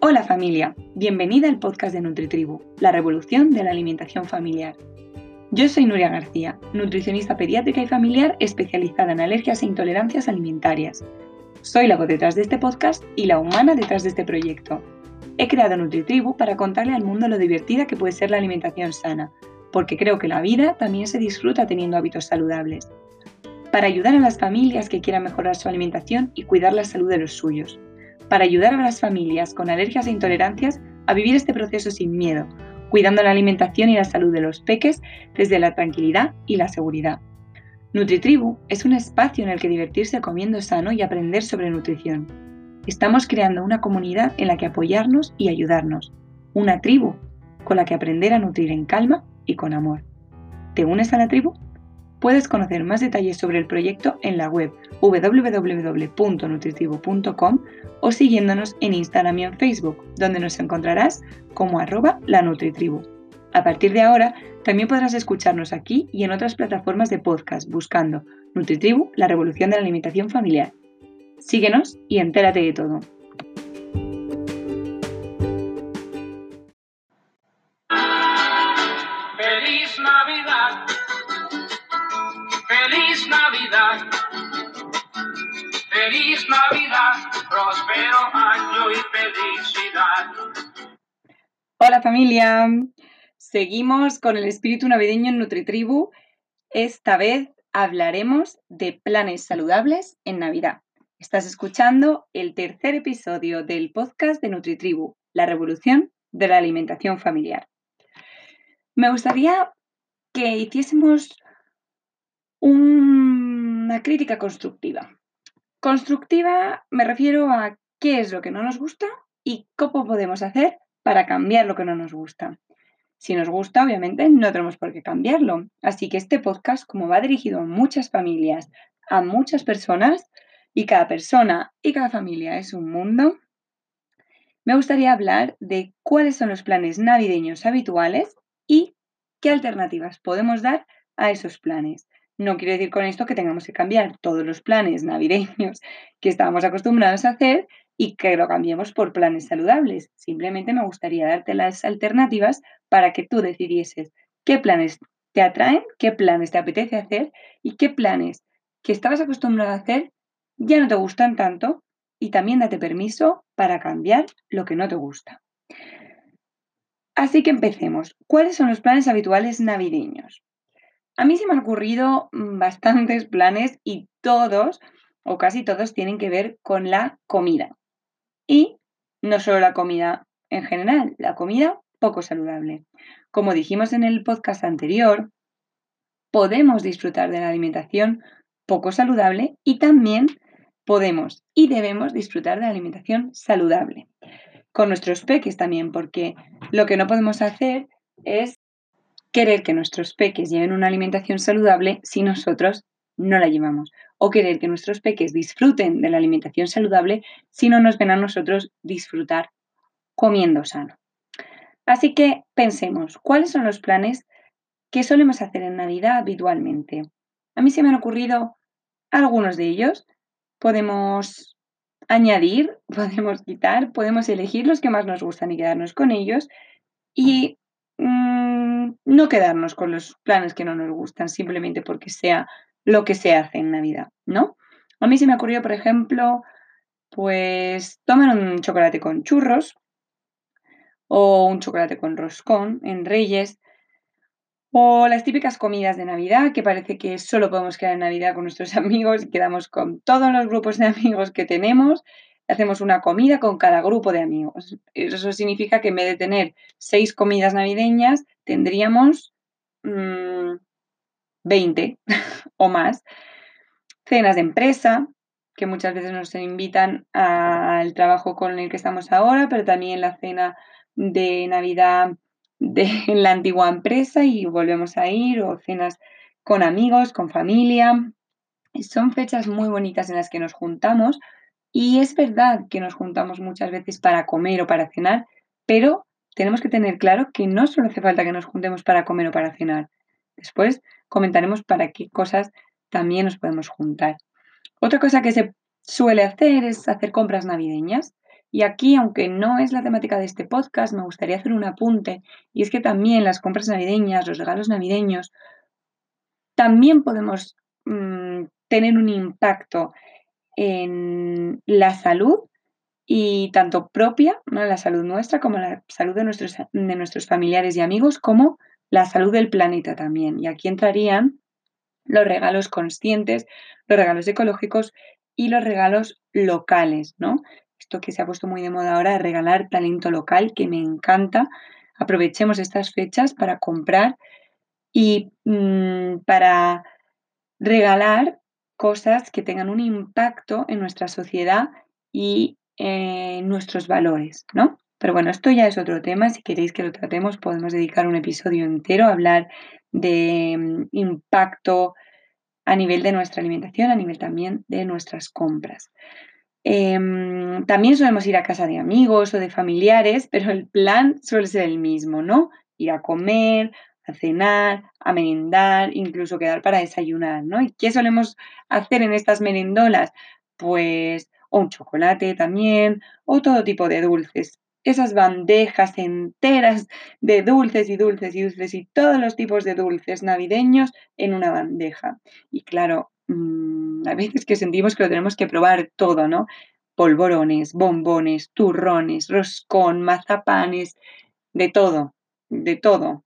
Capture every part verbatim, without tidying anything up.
Hola familia, bienvenida al podcast de NutriTribu, la revolución de la alimentación familiar. Yo soy Nuria García, nutricionista pediátrica y familiar especializada en alergias e intolerancias alimentarias. Soy la voz detrás de este podcast y la humana detrás de este proyecto. He creado NutriTribu para contarle al mundo lo divertida que puede ser la alimentación sana, porque creo que la vida también se disfruta teniendo hábitos saludables. Para ayudar a las familias que quieran mejorar su alimentación y cuidar la salud de los suyos. Para ayudar a las familias con alergias e intolerancias a vivir este proceso sin miedo, cuidando la alimentación y la salud de los peques desde la tranquilidad y la seguridad. NutriTribu es un espacio en el que divertirse comiendo sano y aprender sobre nutrición. Estamos creando una comunidad en la que apoyarnos y ayudarnos, una tribu con la que aprender a nutrir en calma y con amor. ¿Te unes a la tribu? Puedes conocer más detalles sobre el proyecto en la web doble u doble u doble u punto nutritribu punto com o siguiéndonos en Instagram y en Facebook, donde nos encontrarás como arroba la NutriTribu. A partir de ahora, también podrás escucharnos aquí y en otras plataformas de podcast buscando NutriTribu, la revolución de la alimentación familiar. Síguenos y entérate de todo. ¡Feliz Navidad! ¡Feliz Navidad! ¡Feliz Navidad! ¡Próspero año y felicidad! Hola familia, seguimos con el espíritu navideño en NutriTribu. Esta vez hablaremos de planes saludables en Navidad. Estás escuchando el tercer episodio del podcast de NutriTribu, la revolución de la alimentación familiar. Me gustaría que hiciésemos una crítica constructiva. Constructiva me refiero a qué es lo que no nos gusta y cómo podemos hacer para cambiar lo que no nos gusta. Si nos gusta, obviamente, no tenemos por qué cambiarlo. Así que este podcast, como va dirigido a muchas familias, a muchas personas, y cada persona y cada familia es un mundo, me gustaría hablar de cuáles son los planes navideños habituales y qué alternativas podemos dar a esos planes. No quiero decir con esto que tengamos que cambiar todos los planes navideños que estábamos acostumbrados a hacer y que lo cambiemos por planes saludables. Simplemente me gustaría darte las alternativas para que tú decidieses qué planes te atraen, qué planes te apetece hacer y qué planes que estabas acostumbrado a hacer ya no te gustan tanto, y también date permiso para cambiar lo que no te gusta. Así que empecemos. ¿Cuáles son los planes habituales navideños? A mí se me han ocurrido bastantes planes y todos, o casi todos, tienen que ver con la comida. Y no solo la comida en general, la comida poco saludable. Como dijimos en el podcast anterior, podemos disfrutar de la alimentación poco saludable y también podemos y debemos disfrutar de la alimentación saludable. Con nuestros peques también, porque lo que no podemos hacer es querer que nuestros peques lleven una alimentación saludable si nosotros no la llevamos. O querer que nuestros peques disfruten de la alimentación saludable si no nos ven a nosotros disfrutar comiendo sano. Así que pensemos, ¿cuáles son los planes que solemos hacer en Navidad habitualmente? A mí se me han ocurrido algunos de ellos. Podemos añadir, podemos quitar, podemos elegir los que más nos gustan y quedarnos con ellos y mmm, no quedarnos con los planes que no nos gustan simplemente porque sea lo que se hace en Navidad, ¿no? A mí se me ocurrió, por ejemplo, pues tomar un chocolate con churros o un chocolate con roscón en Reyes, o las típicas comidas de Navidad, que parece que solo podemos quedar en Navidad con nuestros amigos y quedamos con todos los grupos de amigos que tenemos. Hacemos una comida con cada grupo de amigos. Eso significa que en vez de tener seis comidas navideñas, tendríamos mmm, veinte o más. Cenas de empresa, que muchas veces nos invitan al trabajo con el que estamos ahora, pero también la cena de Navidad de la antigua empresa y volvemos a ir, o cenas con amigos, con familia. Son fechas muy bonitas en las que nos juntamos y es verdad que nos juntamos muchas veces para comer o para cenar, pero tenemos que tener claro que no solo hace falta que nos juntemos para comer o para cenar. Después comentaremos para qué cosas también nos podemos juntar. Otra cosa que se suele hacer es hacer compras navideñas. Y aquí, aunque no es la temática de este podcast, me gustaría hacer un apunte, y es que también las compras navideñas, los regalos navideños, también podemos mmm, tener un impacto en la salud y tanto propia, ¿no? La salud nuestra, como la salud de nuestros, de nuestros familiares y amigos, como la salud del planeta también. Y aquí entrarían los regalos conscientes, los regalos ecológicos y los regalos locales, ¿no? Esto que se ha puesto muy de moda ahora, regalar talento local, que me encanta. Aprovechemos estas fechas para comprar y mmm, para regalar cosas que tengan un impacto en nuestra sociedad y en nuestros valores, ¿no? Pero bueno, esto ya es otro tema. Si queréis que lo tratemos, podemos dedicar un episodio entero a hablar de mm, impacto a nivel de nuestra alimentación, a nivel también de nuestras compras. Em, también solemos ir a casa de amigos o de familiares, pero el plan suele ser el mismo, ¿no? Ir a comer, a cenar, a merendar, incluso quedar para desayunar, ¿no? ¿Y qué solemos hacer en estas merendolas? Pues o un chocolate también, o todo tipo de dulces. Esas bandejas enteras de dulces y dulces y dulces y todos los tipos de dulces navideños en una bandeja. Y claro, mmm, a veces que sentimos que lo tenemos que probar todo, ¿no? Polvorones, bombones, turrones, roscón, mazapanes, de todo, de todo.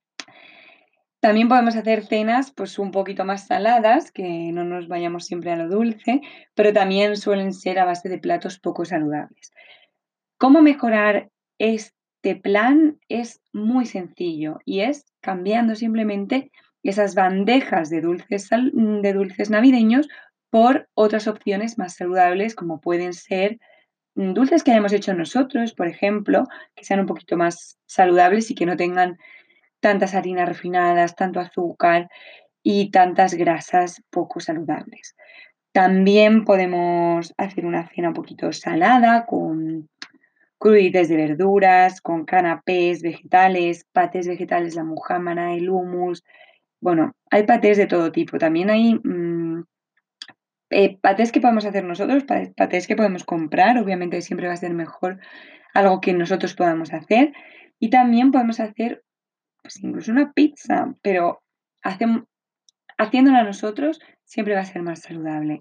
También podemos hacer cenas, pues, un poquito más saladas, que no nos vayamos siempre a lo dulce, pero también suelen ser a base de platos poco saludables. ¿Cómo mejorar este plan? Es muy sencillo y es cambiando simplemente esas bandejas de dulces, sal- mm, de dulces navideños por otras opciones más saludables, como pueden ser mm, dulces que hayamos hecho nosotros, por ejemplo, que sean un poquito más saludables y que no tengan tantas harinas refinadas, tanto azúcar y tantas grasas poco saludables. También podemos hacer una cena un poquito salada con crudités de verduras, con canapés vegetales, patés vegetales, la mujámara, el hummus. Bueno, hay patés de todo tipo. También hay mm, eh, patés que podemos hacer nosotros, pa- patés que podemos comprar. Obviamente siempre va a ser mejor algo que nosotros podamos hacer. Y también podemos hacer pues, incluso una pizza, pero hacem- haciéndola nosotros siempre va a ser más saludable.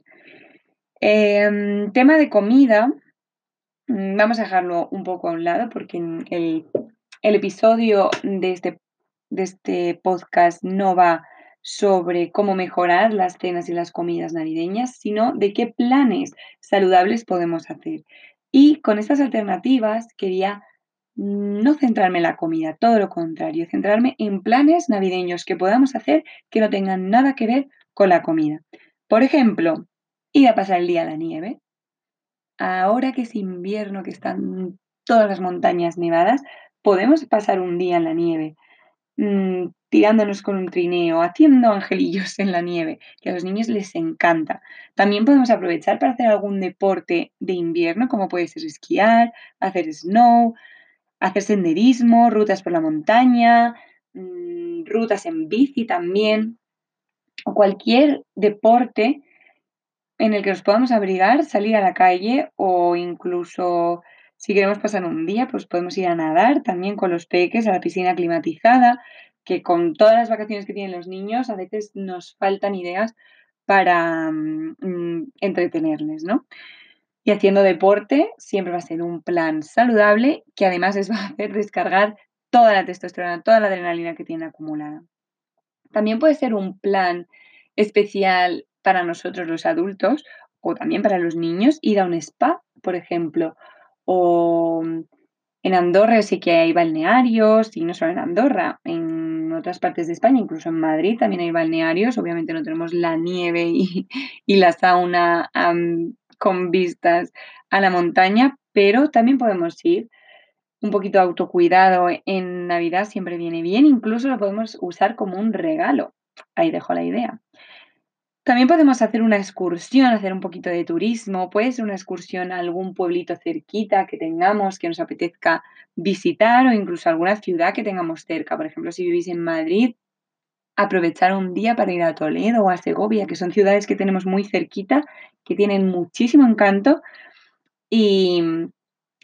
Em, tema de comida, mm, vamos a dejarlo un poco a un lado porque en el, el episodio de este, de este podcast no va sobre cómo mejorar las cenas y las comidas navideñas, sino de qué planes saludables podemos hacer. Y con estas alternativas quería mm, no centrarme en la comida, todo lo contrario, centrarme en planes navideños que podamos hacer que no tengan nada que ver con la comida. Por ejemplo, ir a pasar el día a la nieve. Ahora que es invierno, que están todas las montañas nevadas, podemos pasar un día en la nieve, mm, tirándonos con un trineo, haciendo angelillos en la nieve, que a los niños les encanta. También podemos aprovechar para hacer algún deporte de invierno, como puede ser esquiar, hacer snow, hacer senderismo, rutas por la montaña, mm, rutas en bici también, o cualquier deporte en el que nos podamos abrigar, salir a la calle o incluso si queremos pasar un día, pues podemos ir a nadar también con los peques a la piscina climatizada, que con todas las vacaciones que tienen los niños a veces nos faltan ideas para mm, mm, entretenerles, ¿no? Y haciendo deporte siempre va a ser un plan saludable que además les va a hacer descargar toda la testosterona, toda la adrenalina que tienen acumulada. También puede ser un plan especial para nosotros los adultos o también para los niños, ir a un spa, por ejemplo, o mm, en Andorra sí que hay balnearios, y no solo en Andorra, en otras partes de España, incluso en Madrid también hay balnearios. Obviamente no tenemos la nieve y, y la sauna am, con vistas a la montaña, pero también podemos ir. Un poquito de autocuidado en Navidad siempre viene bien, incluso lo podemos usar como un regalo. Ahí dejo la idea. También podemos hacer una excursión, hacer un poquito de turismo. Puede ser una excursión a algún pueblito cerquita que tengamos, que nos apetezca visitar o incluso alguna ciudad que tengamos cerca. Por ejemplo, si vivís en Madrid, aprovechar un día para ir a Toledo o a Segovia, que son ciudades que tenemos muy cerquita, que tienen muchísimo encanto y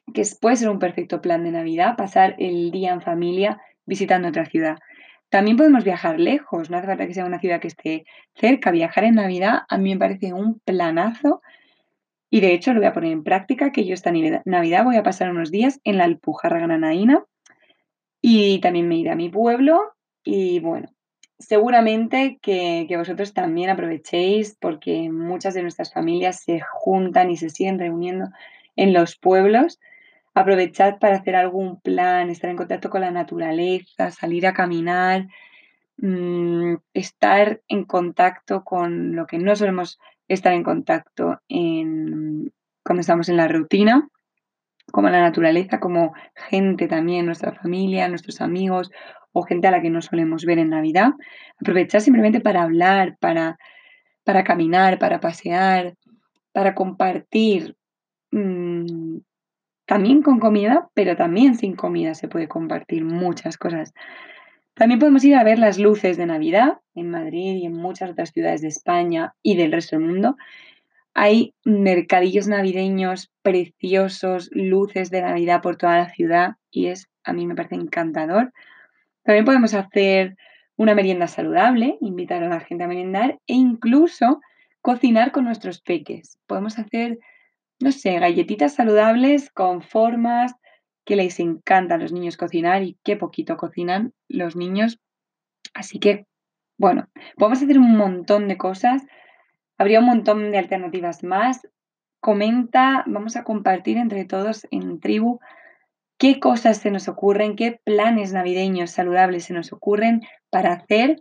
que es- puede ser un perfecto plan de Navidad, pasar el día en familia visitando otra ciudad. También podemos viajar lejos, no hace falta que sea una ciudad que esté cerca. Viajar en Navidad a mí me parece un planazo y de hecho lo voy a poner en práctica, que yo esta nive- Navidad voy a pasar unos días en la Alpujarra Granadina y también me iré a mi pueblo y bueno, seguramente que, que vosotros también aprovechéis porque muchas de nuestras familias se juntan y se siguen reuniendo en los pueblos. Aprovechad para hacer algún plan, estar en contacto con la naturaleza, salir a caminar, mm, estar en contacto con lo que no solemos estar en contacto en, cuando estamos en la rutina, como la naturaleza, como gente también, nuestra familia, nuestros amigos o gente a la que no solemos ver en Navidad. Aprovechar simplemente para hablar, para, para caminar, para pasear, para compartir. mm, También con comida, pero también sin comida se puede compartir muchas cosas. También podemos ir a ver las luces de Navidad en Madrid y en muchas otras ciudades de España y del resto del mundo. Hay mercadillos navideños preciosos, luces de Navidad por toda la ciudad y es, a mí me parece encantador. También podemos hacer una merienda saludable, invitar a la gente a merendar e incluso cocinar con nuestros peques. Podemos hacer, no sé, galletitas saludables con formas que les encanta a los niños cocinar y qué poquito cocinan los niños. Así que, bueno, podemos hacer un montón de cosas. Habría un montón de alternativas más. Comenta, vamos a compartir entre todos en tribu qué cosas se nos ocurren, qué planes navideños saludables se nos ocurren para hacer.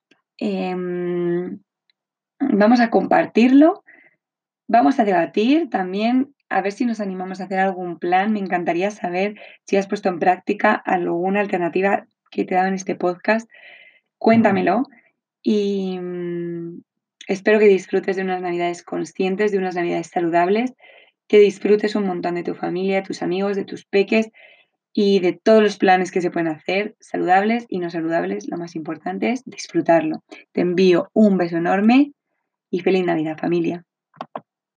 Em, Vamos a compartirlo. Vamos a debatir también, a ver si nos animamos a hacer algún plan. Me encantaría saber si has puesto en práctica alguna alternativa que te he dado en este podcast. Cuéntamelo y mm, espero que disfrutes de unas navidades conscientes, de unas navidades saludables, que disfrutes un montón de tu familia, de tus amigos, de tus peques y de todos los planes que se pueden hacer, saludables y no saludables. Lo más importante es disfrutarlo. Te envío un beso enorme y feliz Navidad, familia.